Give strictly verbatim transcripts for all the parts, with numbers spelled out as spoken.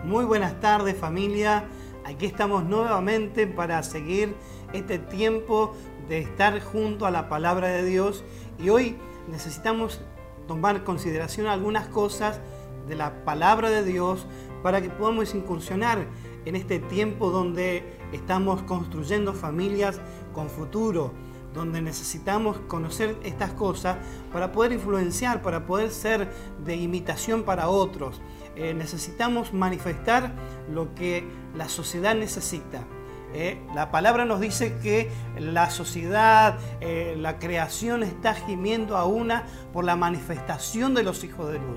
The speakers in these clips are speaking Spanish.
Muy buenas tardes, familia. Aquí estamos nuevamente para seguir este tiempo de estar junto a la palabra de Dios, y hoy necesitamos tomar en consideración algunas cosas de la palabra de Dios para que podamos incursionar en este tiempo donde estamos construyendo familias con futuro, donde necesitamos conocer estas cosas para poder influenciar, para poder ser de imitación para otros. Eh, necesitamos manifestar lo que la sociedad necesita. Eh, la palabra nos dice que la sociedad, eh, la creación está gimiendo a una por la manifestación de los hijos de luz.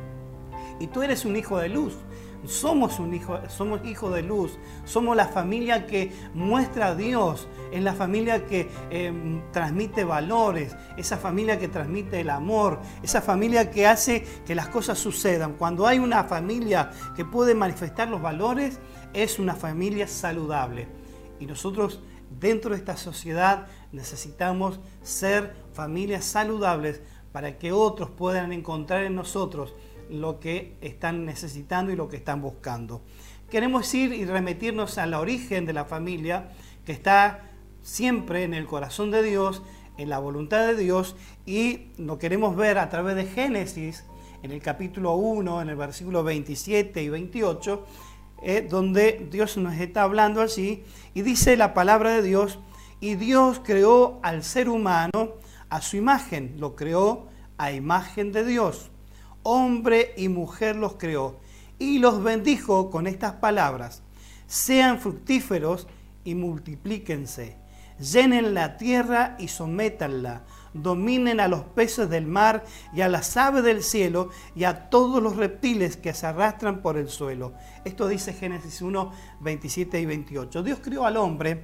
Y tú eres un hijo de luz. Somos un hijo, somos hijos de luz. Somos la familia que muestra a Dios. Es la familia que eh, transmite valores. Esa familia que transmite el amor. Esa familia que hace que las cosas sucedan. Cuando hay una familia que puede manifestar los valores, es una familia saludable. Y nosotros, dentro de esta sociedad, necesitamos ser familias saludables para que otros puedan encontrar en nosotros lo que están necesitando y lo que están buscando. Queremos ir y remitirnos al origen de la familia, que está siempre en el corazón de Dios, en la voluntad de Dios, y lo queremos ver a través de Génesis, en el capítulo uno, en el versículo veintisiete y veintiocho, eh, donde Dios nos está hablando así, y dice la palabra de Dios: y Dios creó al ser humano a su imagen, lo creó a imagen de Dios. Hombre y mujer los creó y los bendijo con estas palabras: sean fructíferos y multiplíquense, llenen la tierra y sométanla, dominen a los peces del mar y a las aves del cielo y a todos los reptiles que se arrastran por el suelo. Esto dice Génesis uno, veintisiete y veintiocho. Dios creó al hombre,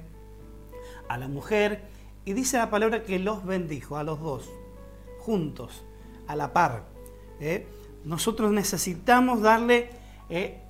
a la mujer, y dice la palabra que los bendijo a los dos, juntos, a la par. ¿Eh? Nosotros necesitamos darle eh,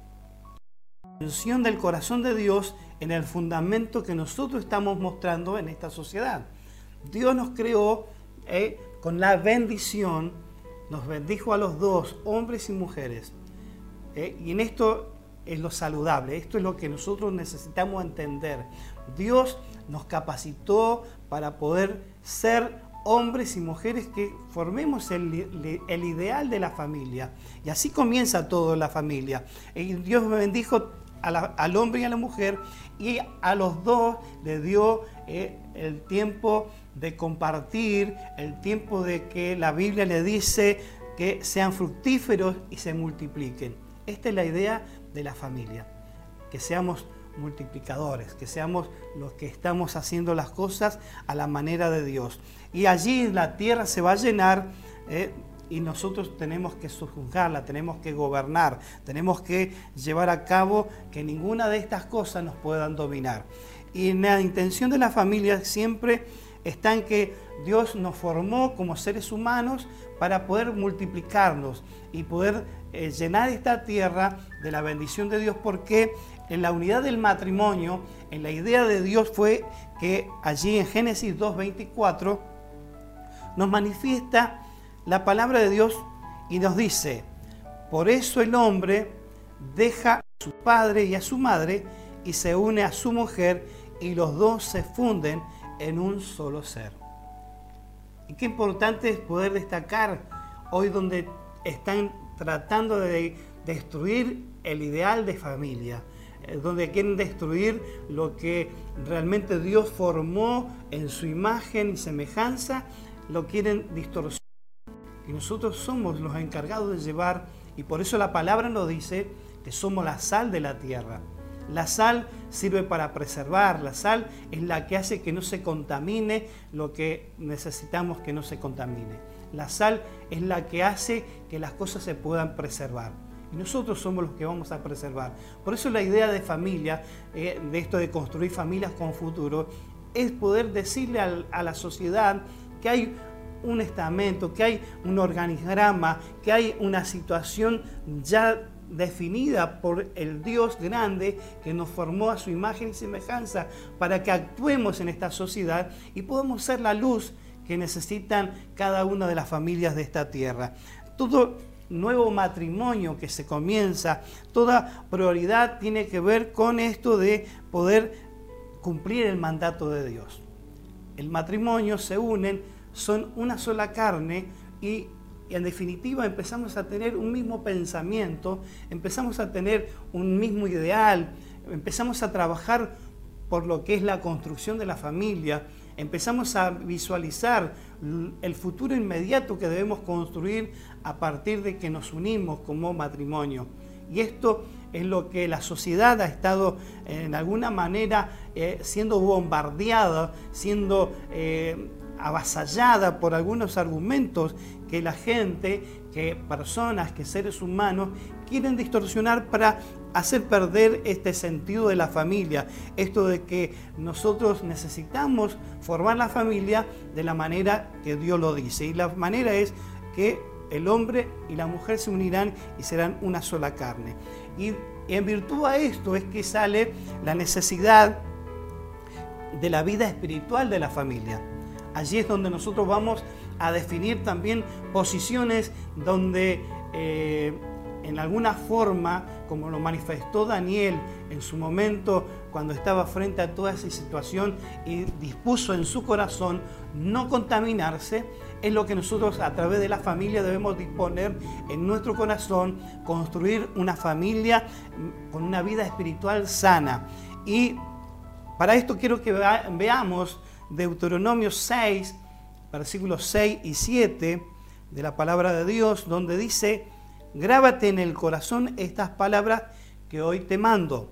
atención del corazón de Dios en el fundamento que nosotros estamos mostrando en esta sociedad. Dios nos creó eh, con la bendición, nos bendijo a los dos, hombres y mujeres. ¿Eh? Y en esto es lo saludable, esto es lo que nosotros necesitamos entender. Dios nos capacitó para poder ser hombres y mujeres que formemos el, el ideal de la familia. Y así comienza todo en la familia. Y Dios me bendijo a la, al hombre y a la mujer, y a los dos le dio eh, el tiempo de compartir, el tiempo de que la Biblia le dice que sean fructíferos y se multipliquen. Esta es la idea de la familia, que seamos multiplicadores, que seamos los que estamos haciendo las cosas a la manera de Dios. Y allí la tierra se va a llenar eh, y nosotros tenemos que sojuzgarla, tenemos que gobernar, tenemos que llevar a cabo que ninguna de estas cosas nos puedan dominar. Y la intención de la familia siempre está en que Dios nos formó como seres humanos para poder multiplicarnos y poder eh, llenar esta tierra de la bendición de Dios, porque en la unidad del matrimonio, en la idea de Dios fue que allí en Génesis dos veinticuatro nos manifiesta la palabra de Dios y nos dice: por eso el hombre deja a su padre y a su madre y se une a su mujer, y los dos se funden en un solo ser. Y qué importante es poder destacar hoy, donde están tratando de destruir el ideal de familia, donde quieren destruir lo que realmente Dios formó en su imagen y semejanza, lo quieren distorsionar. Y nosotros somos los encargados de llevar, y por eso la palabra nos dice que somos la sal de la tierra. La sal sirve para preservar, la sal es la que hace que no se contamine lo que necesitamos que no se contamine. La sal es la que hace que las cosas se puedan preservar. Y nosotros somos los que vamos a preservar. Por eso la idea de familia, eh, de esto de construir familias con futuro, es poder decirle al, a la sociedad que hay un estamento, que hay un organigrama, que hay una situación ya definida por el Dios grande que nos formó a su imagen y semejanza, para que actuemos en esta sociedad y podamos ser la luz que necesitan cada una de las familias de esta tierra. Todo nuevo matrimonio que se comienza, toda prioridad tiene que ver con esto de poder cumplir el mandato de Dios. El matrimonio se unen, son una sola carne y, y en definitiva empezamos a tener un mismo pensamiento, empezamos a tener un mismo ideal, empezamos a trabajar por lo que es la construcción de la familia, empezamos a visualizar el futuro inmediato que debemos construir a partir de que nos unimos como matrimonio. Y esto es lo que la sociedad ha estado en alguna manera eh, siendo bombardeada, siendo eh, avasallada por algunos argumentos que la gente, que personas, que seres humanos quieren distorsionar para hacer perder este sentido de la familia. Esto de que nosotros necesitamos formar la familia de la manera que Dios lo dice. Y la manera es que el hombre y la mujer se unirán y serán una sola carne. Y en virtud a esto es que sale la necesidad de la vida espiritual de la familia. Allí es donde nosotros vamos a definir también posiciones donde eh, en alguna forma, como lo manifestó Daniel en su momento cuando estaba frente a toda esa situación y dispuso en su corazón no contaminarse, es lo que nosotros a través de la familia debemos disponer en nuestro corazón, construir una familia con una vida espiritual sana. Y para esto quiero que veamos Deuteronomio seis, versículos seis y siete de la palabra de Dios, donde dice: grábate en el corazón estas palabras que hoy te mando.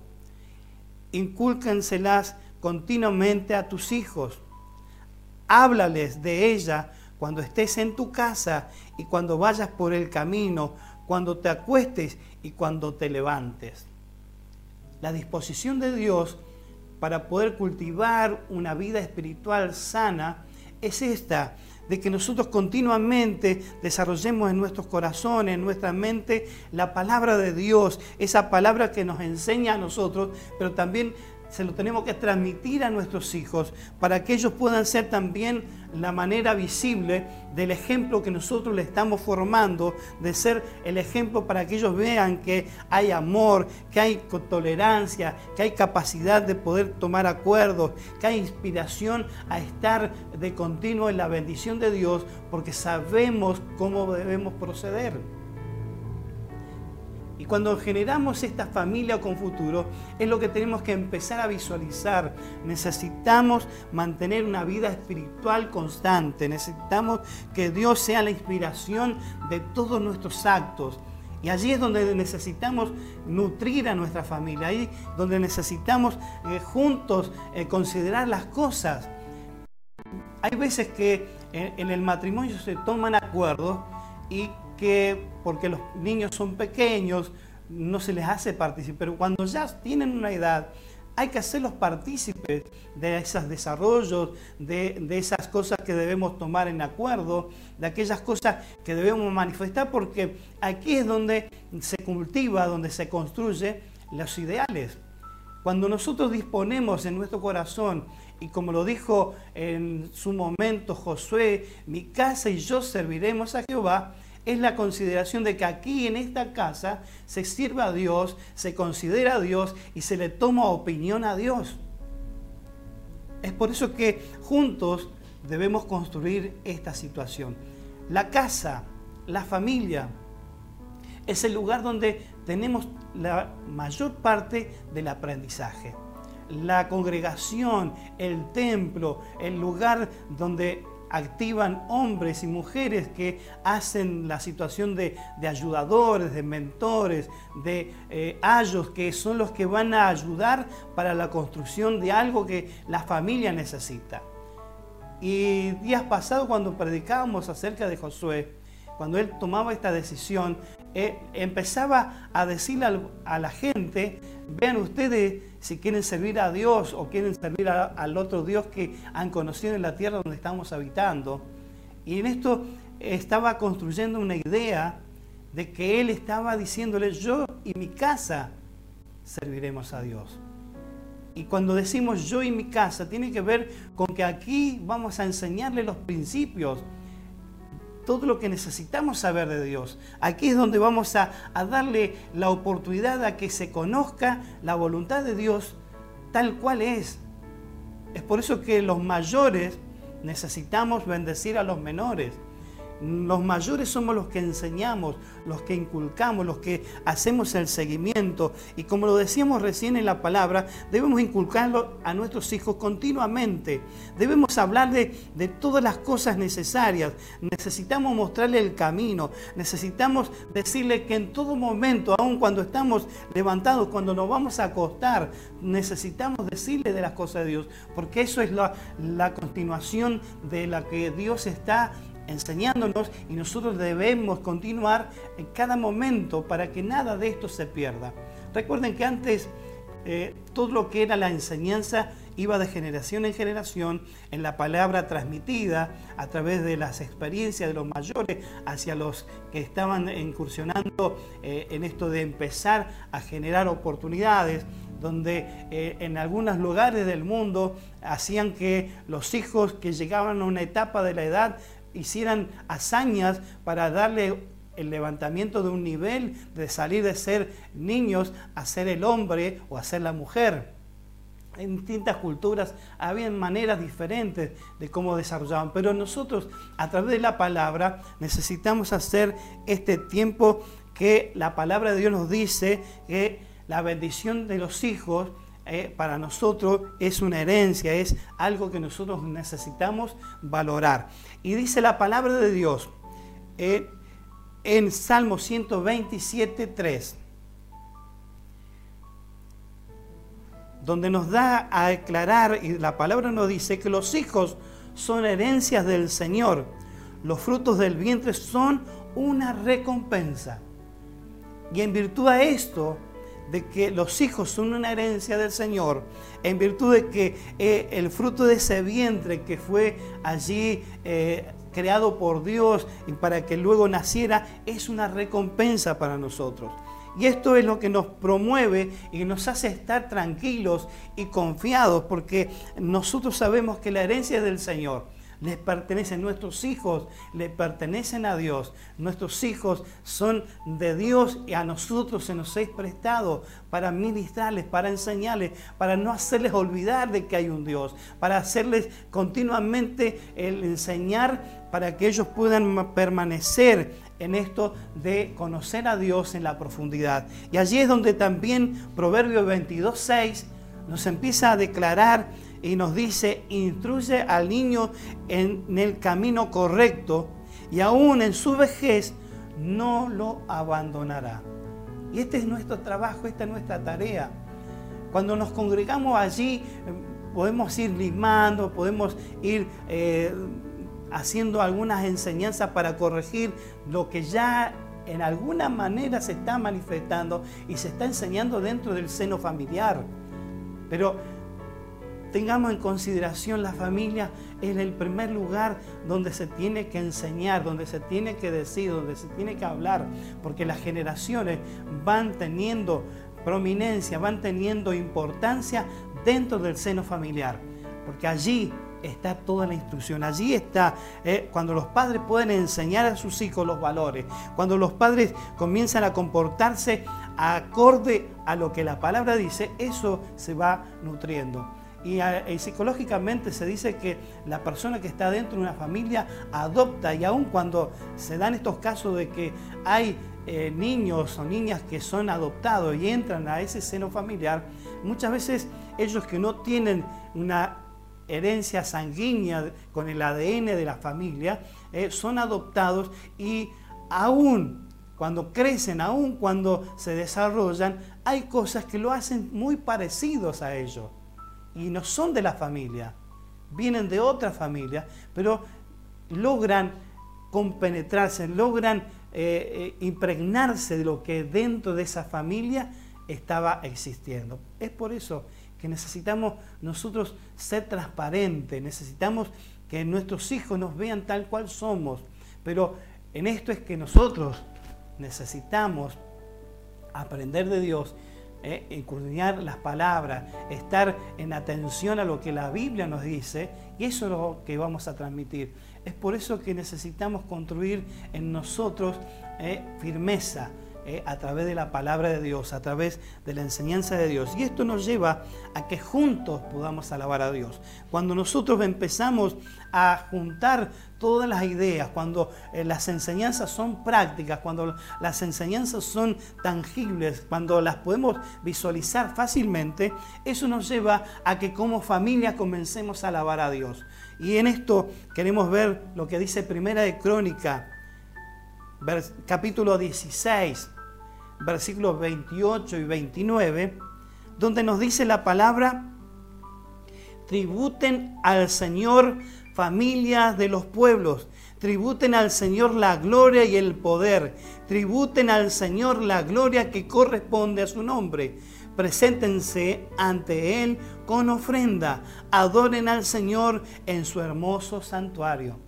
Incúlcanselas continuamente a tus hijos. Háblales de ella cuando estés en tu casa y cuando vayas por el camino, cuando te acuestes y cuando te levantes. La disposición de Dios para poder cultivar una vida espiritual sana es esta, de que nosotros continuamente desarrollemos en nuestros corazones, en nuestra mente, la palabra de Dios, esa palabra que nos enseña a nosotros, pero también se lo tenemos que transmitir a nuestros hijos para que ellos puedan ser también la manera visible del ejemplo que nosotros le estamos formando, de ser el ejemplo para que ellos vean que hay amor, que hay tolerancia, que hay capacidad de poder tomar acuerdos, que hay inspiración a estar de continuo en la bendición de Dios, porque sabemos cómo debemos proceder. Y cuando generamos esta familia con futuro, es lo que tenemos que empezar a visualizar. Necesitamos mantener una vida espiritual constante. Necesitamos que Dios sea la inspiración de todos nuestros actos. Y allí es donde necesitamos nutrir a nuestra familia. Ahí es donde necesitamos eh, juntos eh, considerar las cosas. Hay veces que en, en el matrimonio se toman acuerdos y que porque los niños son pequeños no se les hace partícipes, pero cuando ya tienen una edad hay que hacerlos partícipes de esos desarrollos, de, de esas cosas que debemos tomar en acuerdo, de aquellas cosas que debemos manifestar, porque aquí es donde se cultiva, donde se construye los ideales. Cuando nosotros disponemos en nuestro corazón, y como lo dijo en su momento Josué, mi casa y yo serviremos a Jehová, es la consideración de que aquí en esta casa se sirve a Dios, se considera a Dios y se le toma opinión a Dios. Es por eso que juntos debemos construir esta situación. La casa, la familia, es el lugar donde tenemos la mayor parte del aprendizaje. La congregación, el templo, el lugar donde activan hombres y mujeres que hacen la situación de, de ayudadores, de mentores, de eh, ayos, que son los que van a ayudar para la construcción de algo que la familia necesita. Y días pasados, cuando predicábamos acerca de Josué, cuando él tomaba esta decisión, eh, empezaba a decirle a, a la gente: vean ustedes si quieren servir a Dios o quieren servir a, al otro Dios que han conocido en la tierra donde estamos habitando. Y en esto estaba construyendo una idea de que él estaba diciéndole: yo y mi casa serviremos a Dios. Y cuando decimos yo y mi casa, tiene que ver con que aquí vamos a enseñarle los principios. todo lo que necesitamos saber de Dios. Aquí es donde vamos a, a darle la oportunidad a que se conozca la voluntad de Dios tal cual es. Es por eso que los mayores necesitamos bendecir a los menores. Los mayores somos los que enseñamos, los que inculcamos, los que hacemos el seguimiento. Y como lo decíamos recién en la palabra, debemos inculcarlo a nuestros hijos continuamente. Debemos hablarle de todas las cosas necesarias. Necesitamos mostrarle el camino. Necesitamos decirle que en todo momento, aun cuando estamos levantados, cuando nos vamos a acostar, necesitamos decirle de las cosas de Dios. Porque eso es la, la continuación de la que Dios está enseñándonos, y nosotros debemos continuar en cada momento para que nada de esto se pierda. Recuerden que antes eh, todo lo que era la enseñanza iba de generación en generación en la palabra transmitida a través de las experiencias de los mayores hacia los que estaban incursionando eh, en esto de empezar a generar oportunidades, donde eh, en algunos lugares del mundo hacían que los hijos que llegaban a una etapa de la edad hicieran hazañas para darle el levantamiento de un nivel, de salir de ser niños a ser el hombre o a ser la mujer. En distintas culturas había maneras diferentes de cómo desarrollaban, pero nosotros a través de la palabra necesitamos hacer este tiempo que la palabra de Dios nos dice que la bendición de los hijos Eh, para nosotros es una herencia, es algo que nosotros necesitamos valorar. Y dice la palabra de Dios eh, en Salmo ciento veintisiete, tres, donde nos da a aclarar, y la palabra nos dice que los hijos son herencias del Señor, los frutos del vientre son una recompensa. Y en virtud a esto, de que los hijos son una herencia del Señor, en virtud de que eh, el fruto de ese vientre que fue allí eh, creado por Dios y para que luego naciera, es una recompensa para nosotros. Y esto es lo que nos promueve y nos hace estar tranquilos y confiados, porque nosotros sabemos que la herencia es del Señor. Les pertenecen, nuestros hijos le pertenecen a Dios. Nuestros hijos son de Dios y a nosotros se nos es prestado para ministrarles, para enseñarles, para no hacerles olvidar de que hay un Dios, para hacerles continuamente el enseñar para que ellos puedan permanecer en esto de conocer a Dios en la profundidad. Y allí es donde también Proverbios veintidós, seis nos empieza a declarar y nos dice: instruye al niño en el camino correcto y aún en su vejez no lo abandonará. Y este es nuestro trabajo, esta es nuestra tarea. Cuando nos congregamos allí, podemos ir limando, podemos ir eh, haciendo algunas enseñanzas para corregir lo que ya en alguna manera se está manifestando y se está enseñando dentro del seno familiar. Pero tengamos en consideración, la familia es el primer lugar donde se tiene que enseñar, donde se tiene que decir, donde se tiene que hablar, porque las generaciones van teniendo prominencia, van teniendo importancia dentro del seno familiar, porque allí está toda la instrucción, allí está eh, cuando los padres pueden enseñar a sus hijos los valores, cuando los padres comienzan a comportarse acorde a lo que la palabra dice, eso se va nutriendo. Y, y psicológicamente se dice que la persona que está dentro de una familia adopta, y aun cuando se dan estos casos de que hay eh, niños o niñas que son adoptados y entran a ese seno familiar, muchas veces ellos que no tienen una herencia sanguínea con el A D N de la familia, eh, son adoptados, y aún cuando crecen, aún cuando se desarrollan, hay cosas que lo hacen muy parecidos a ellos. Y no son de la familia, vienen de otra familia, pero logran compenetrarse, logran eh, eh, impregnarse de lo que dentro de esa familia estaba existiendo. Es por eso que necesitamos nosotros ser transparentes, necesitamos que nuestros hijos nos vean tal cual somos, pero en esto es que nosotros necesitamos aprender de Dios, eh, escudriñar las palabras, estar en atención a lo que la Biblia nos dice, y eso es lo que vamos a transmitir. Es por eso que necesitamos construir en nosotros eh, firmeza, Eh, a través de la palabra de Dios, a través de la enseñanza de Dios. Y esto nos lleva a que juntos podamos alabar a Dios. Cuando nosotros empezamos a juntar todas las ideas, cuando eh, las enseñanzas son prácticas, cuando las enseñanzas son tangibles, cuando las podemos visualizar fácilmente, eso nos lleva a que como familia comencemos a alabar a Dios. Y en esto queremos ver lo que dice Primera de Crónica, capítulo dieciséis, versículos veintiocho y veintinueve, donde nos dice la palabra: tributen al Señor, familias de los pueblos, tributen al Señor la gloria y el poder, tributen al Señor la gloria que corresponde a su nombre. Preséntense ante Él con ofrenda, adoren al Señor en su hermoso santuario.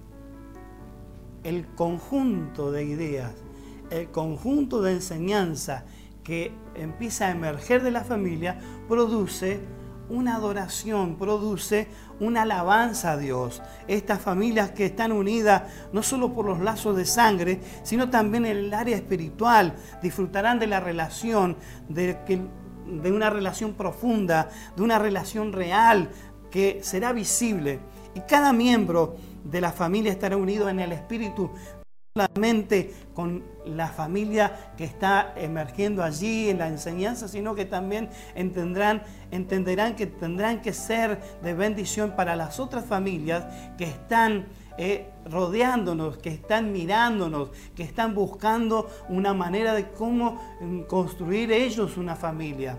El conjunto de ideas, el conjunto de enseñanza que empieza a emerger de la familia produce una adoración, produce una alabanza a Dios. Estas familias que están unidas no solo por los lazos de sangre, sino también en el área espiritual, disfrutarán de la relación, de, que, de una relación profunda, de una relación real que será visible. Y cada miembro de la familia estará unido en el espíritu, no solamente con la familia que está emergiendo allí en la enseñanza, sino que también entenderán, entenderán que tendrán que ser de bendición para las otras familias que están eh, rodeándonos, que están mirándonos, que están buscando una manera de cómo construir ellos una familia.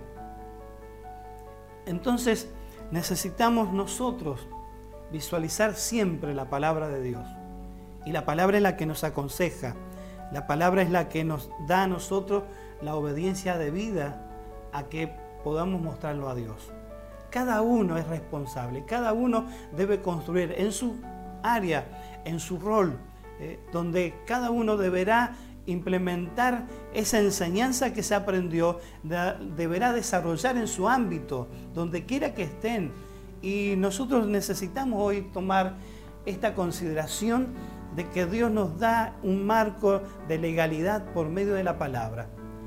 Entonces necesitamos nosotros visualizar siempre la palabra de Dios. Y la palabra es la que nos aconseja. La palabra es la que nos da a nosotros la obediencia debida a que podamos mostrarlo a Dios. Cada uno es responsable. Cada uno debe construir en su área, en su rol, eh, donde cada uno deberá implementar esa enseñanza que se aprendió, de, deberá desarrollar en su ámbito, donde quiera que estén. Y nosotros necesitamos hoy tomar esta consideración de que Dios nos da un marco de legalidad por medio de la palabra.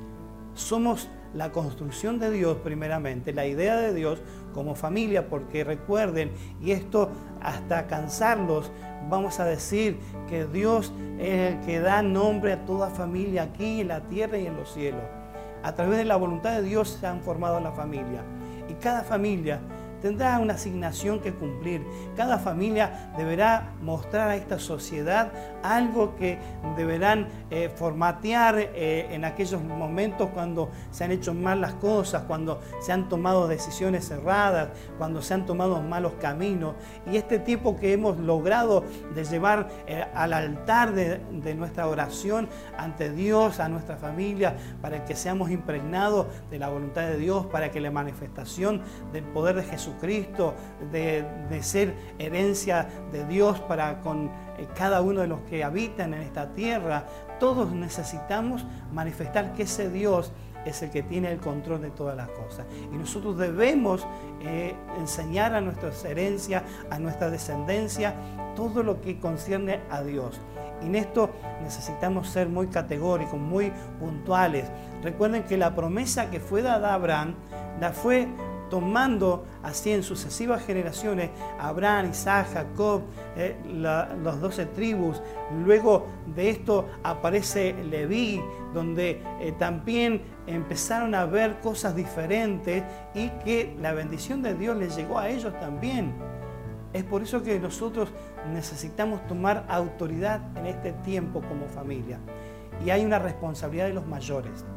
Somos la construcción de Dios primeramente, la idea de Dios como familia, porque recuerden, y esto hasta cansarlos, vamos a decir que Dios es el que da nombre a toda familia aquí en la tierra y en los cielos. A través de la voluntad de Dios se han formado la familia, y cada familia tendrá una asignación que cumplir. Cada familia deberá mostrar a esta sociedad algo que deberán eh, formatear eh, en aquellos momentos cuando se han hecho mal las cosas, cuando se han tomado decisiones erradas, cuando se han tomado malos caminos. Y este tiempo que hemos logrado de llevar eh, al altar de, de nuestra oración ante Dios, a nuestra familia, para que seamos impregnados de la voluntad de Dios, para que la manifestación del poder de Jesús Cristo, de, de ser herencia de Dios para con eh, cada uno de los que habitan en esta tierra, todos necesitamos manifestar que ese Dios es el que tiene el control de todas las cosas. Y nosotros debemos eh, enseñar a nuestra herencia, a nuestra descendencia, todo lo que concierne a Dios. Y en esto necesitamos ser muy categóricos, muy puntuales. Recuerden que la promesa que fue dada a Abraham, la fue tomando así en sucesivas generaciones, Abraham, Isaac, Jacob, eh, la, las doce tribus. Luego de esto aparece Leví, donde eh, también empezaron a ver cosas diferentes y que la bendición de Dios les llegó a ellos también. Es por eso que nosotros necesitamos tomar autoridad en este tiempo como familia. Y hay una responsabilidad de los mayores,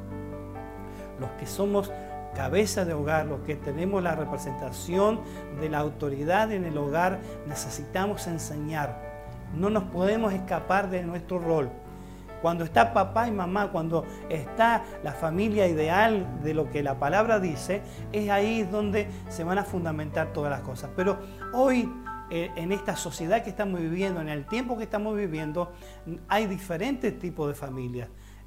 los que somos cabeza de hogar, los que tenemos la representación de la autoridad en el hogar. Necesitamos enseñar. No nos podemos escapar de nuestro rol. Cuando está papá y mamá, cuando está la familia ideal de lo que la palabra dice, es ahí donde se van a fundamentar todas las cosas. Pero hoy, eh, en esta sociedad que estamos viviendo, en el tiempo que estamos viviendo, hay diferentes tipos de familias.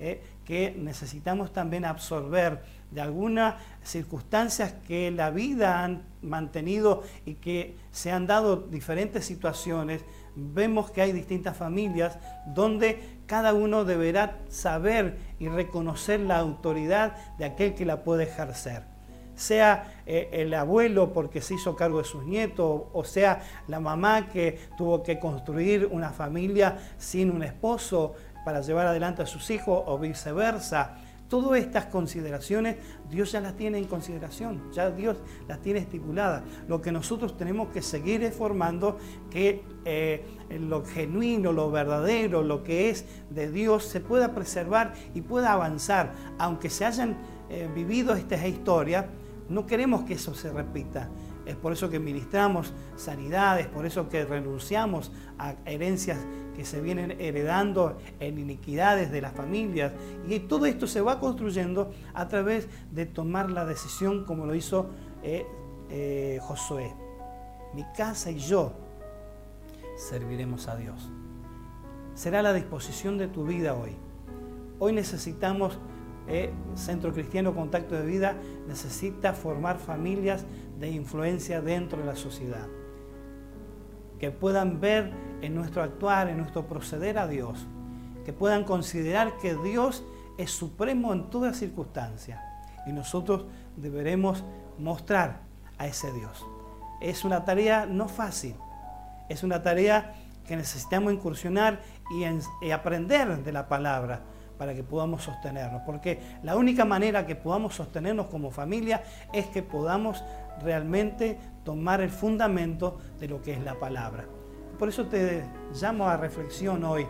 eh, que necesitamos también absorber de algunas circunstancias que la vida han mantenido y que se han dado diferentes situaciones. Vemos que hay distintas familias donde cada uno deberá saber y reconocer la autoridad de aquel que la puede ejercer. Sea eh, el abuelo porque se hizo cargo de sus nietos, o sea la mamá que tuvo que construir una familia sin un esposo para llevar adelante a sus hijos, o viceversa. Todas estas consideraciones Dios ya las tiene en consideración, ya Dios las tiene estipuladas. Lo que nosotros tenemos que seguir es formando que eh, lo genuino, lo verdadero, lo que es de Dios se pueda preservar y pueda avanzar. Aunque se hayan eh, vivido estas historias, no queremos que eso se repita. Es por eso que ministramos sanidades, por eso que renunciamos a herencias que se vienen heredando en iniquidades de las familias. Y todo esto se va construyendo a través de tomar la decisión como lo hizo eh, eh, Josué. Mi casa y yo serviremos a Dios. Será la disposición de tu vida hoy. Hoy necesitamos, eh, Centro Cristiano Contacto de Vida necesita formar familias de influencia dentro de la sociedad, que puedan ver en nuestro actuar, en nuestro proceder a Dios, que puedan considerar que Dios es supremo en toda circunstancia y nosotros deberemos mostrar a ese Dios. Es una tarea no fácil, es una tarea que necesitamos incursionar y, en, y aprender de la palabra para que podamos sostenernos, porque la única manera que podamos sostenernos como familia es que podamos realmente tomar el fundamento de lo que es la palabra. Por eso te llamo a reflexión hoy.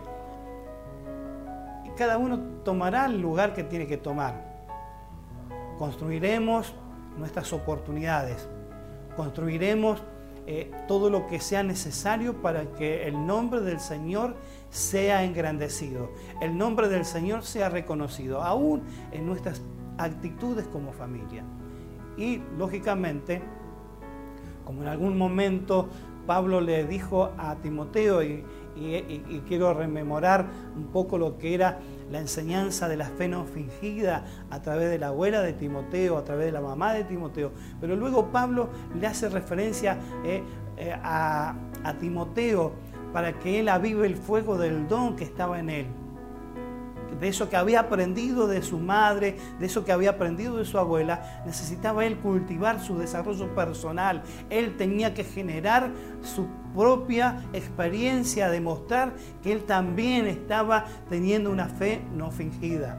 Y cada uno tomará el lugar que tiene que tomar. Construiremos nuestras oportunidades, construiremos eh, todo lo que sea necesario para que el nombre del Señor sea engrandecido, el nombre del Señor sea reconocido, aún en nuestras actitudes como familia. Y lógicamente, como en algún momento Pablo le dijo a Timoteo, y, y, y quiero rememorar un poco lo que era la enseñanza de la fe no fingida a través de la abuela de Timoteo, a través de la mamá de Timoteo, pero luego Pablo le hace referencia eh, eh, a, a Timoteo para que él avive el fuego del don que estaba en él, de eso que había aprendido de su madre, de eso que había aprendido de su abuela. Necesitaba él cultivar su desarrollo personal. Él tenía que generar su propia experiencia, demostrar que él también estaba teniendo una fe no fingida.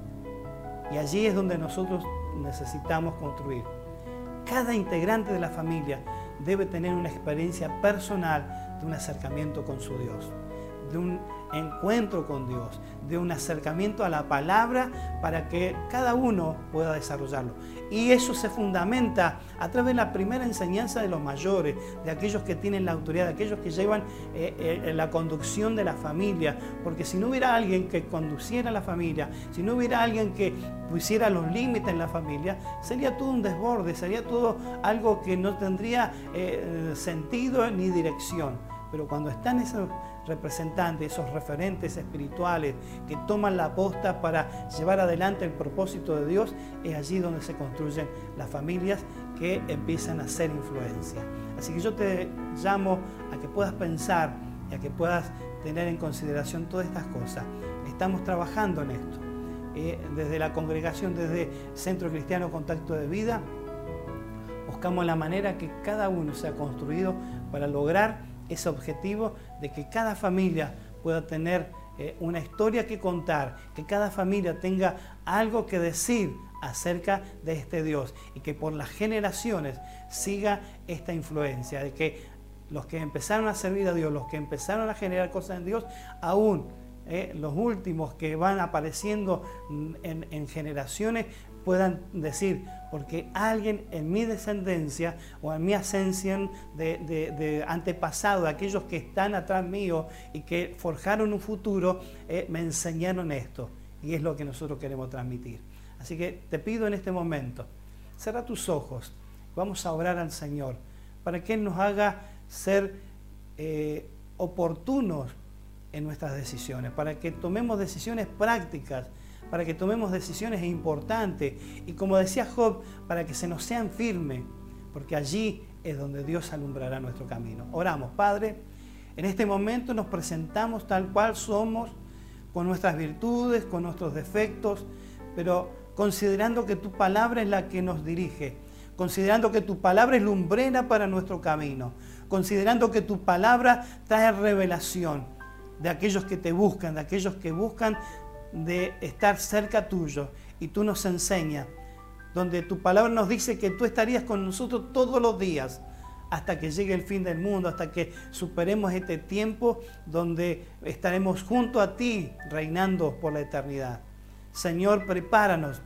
Y allí es donde nosotros necesitamos construir. Cada integrante de la familia debe tener una experiencia personal de un acercamiento con su Dios, de un encuentro con Dios, de un acercamiento a la palabra para que cada uno pueda desarrollarlo. Y eso se fundamenta a través de la primera enseñanza de los mayores, de aquellos que tienen la autoridad, de aquellos que llevan eh, eh, la conducción de la familia, porque si no hubiera alguien que conduciera la familia, si no hubiera alguien que pusiera los límites en la familia, sería todo un desborde, sería todo algo que no tendría eh, sentido ni dirección. Pero cuando están esos representantes, esos referentes espirituales que toman la posta para llevar adelante el propósito de Dios, es allí donde se construyen las familias que empiezan a ser influencia. Así que yo te llamo a que puedas pensar y a que puedas tener en consideración todas estas cosas. Estamos trabajando en esto. Eh, desde la congregación, desde Centro Cristiano Contacto de Vida, buscamos la manera que cada uno sea construido para lograr ese objetivo de que cada familia pueda tener eh, una historia que contar, que cada familia tenga algo que decir acerca de este Dios y que por las generaciones siga esta influencia de que los que empezaron a servir a Dios, los que empezaron a generar cosas en Dios, aún eh, los últimos que van apareciendo en, en generaciones puedan decir, porque alguien en mi descendencia o en mi ascensión de, de, de antepasado, aquellos que están atrás mío y que forjaron un futuro, eh, me enseñaron esto. Y es lo que nosotros queremos transmitir. Así que te pido en este momento, cierra tus ojos, vamos a orar al Señor para que Él nos haga ser eh, oportunos en nuestras decisiones, para que tomemos decisiones prácticas, para que tomemos decisiones importantes y, como decía Job, para que se nos sean firmes, porque allí es donde Dios alumbrará nuestro camino. Oramos. Padre, en este momento nos presentamos tal cual somos, con nuestras virtudes, con nuestros defectos, pero considerando que tu palabra es la que nos dirige, considerando que tu palabra es lumbrera para nuestro camino, considerando que tu palabra trae revelación de aquellos que te buscan, de aquellos que buscan de estar cerca tuyo, y tú nos enseñas, donde tu palabra nos dice que tú estarías con nosotros todos los días, hasta que llegue el fin del mundo, hasta que superemos este tiempo donde estaremos junto a ti, reinando por la eternidad. Señor, prepáranos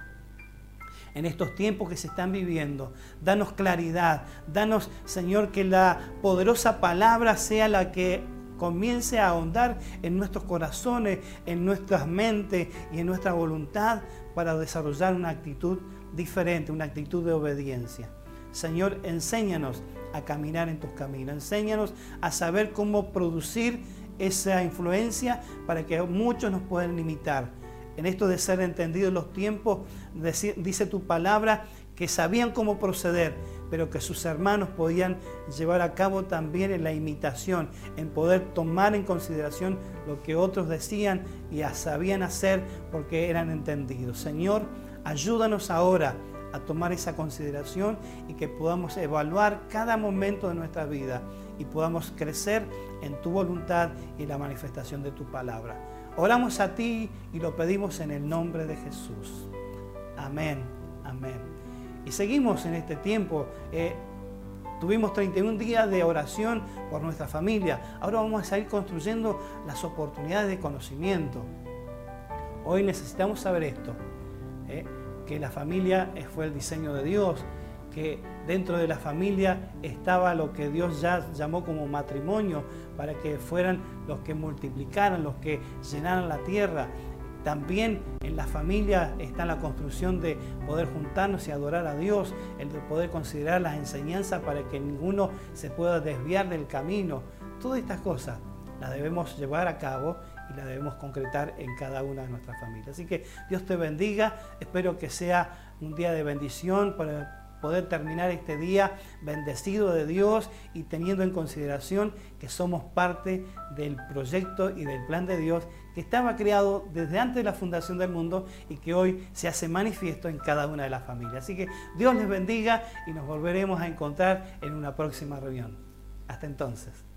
en estos tiempos que se están viviendo. Danos claridad, danos, Señor, que la poderosa palabra sea la que comience a ahondar en nuestros corazones, en nuestras mentes y en nuestra voluntad, para desarrollar una actitud diferente, una actitud de obediencia. Señor, enséñanos a caminar en tus caminos, enséñanos a saber cómo producir esa influencia para que muchos nos puedan imitar. En esto de ser entendidos los tiempos, dice tu palabra que sabían cómo proceder, pero que sus hermanos podían llevar a cabo también en la imitación, en poder tomar en consideración lo que otros decían y sabían hacer porque eran entendidos. Señor, ayúdanos ahora a tomar esa consideración y que podamos evaluar cada momento de nuestra vida y podamos crecer en tu voluntad y la manifestación de tu palabra. Oramos a ti y lo pedimos en el nombre de Jesús. Amén, amén. Y seguimos en este tiempo. Eh, tuvimos treinta y un días de oración por nuestra familia. Ahora vamos a ir construyendo las oportunidades de conocimiento. Hoy necesitamos saber esto, ¿eh? que la familia fue el diseño de Dios, que dentro de la familia estaba lo que Dios ya llamó como matrimonio, para que fueran los que multiplicaran, los que llenaran la tierra. También en la familia está la construcción de poder juntarnos y adorar a Dios, el de poder considerar las enseñanzas para que ninguno se pueda desviar del camino. Todas estas cosas las debemos llevar a cabo y las debemos concretar en cada una de nuestras familias. Así que Dios te bendiga. Espero que sea un día de bendición para poder terminar este día bendecido de Dios y teniendo en consideración que somos parte del proyecto y del plan de Dios que estaba creado desde antes de la fundación del mundo y que hoy se hace manifiesto en cada una de las familias. Así que Dios les bendiga y nos volveremos a encontrar en una próxima reunión. Hasta entonces.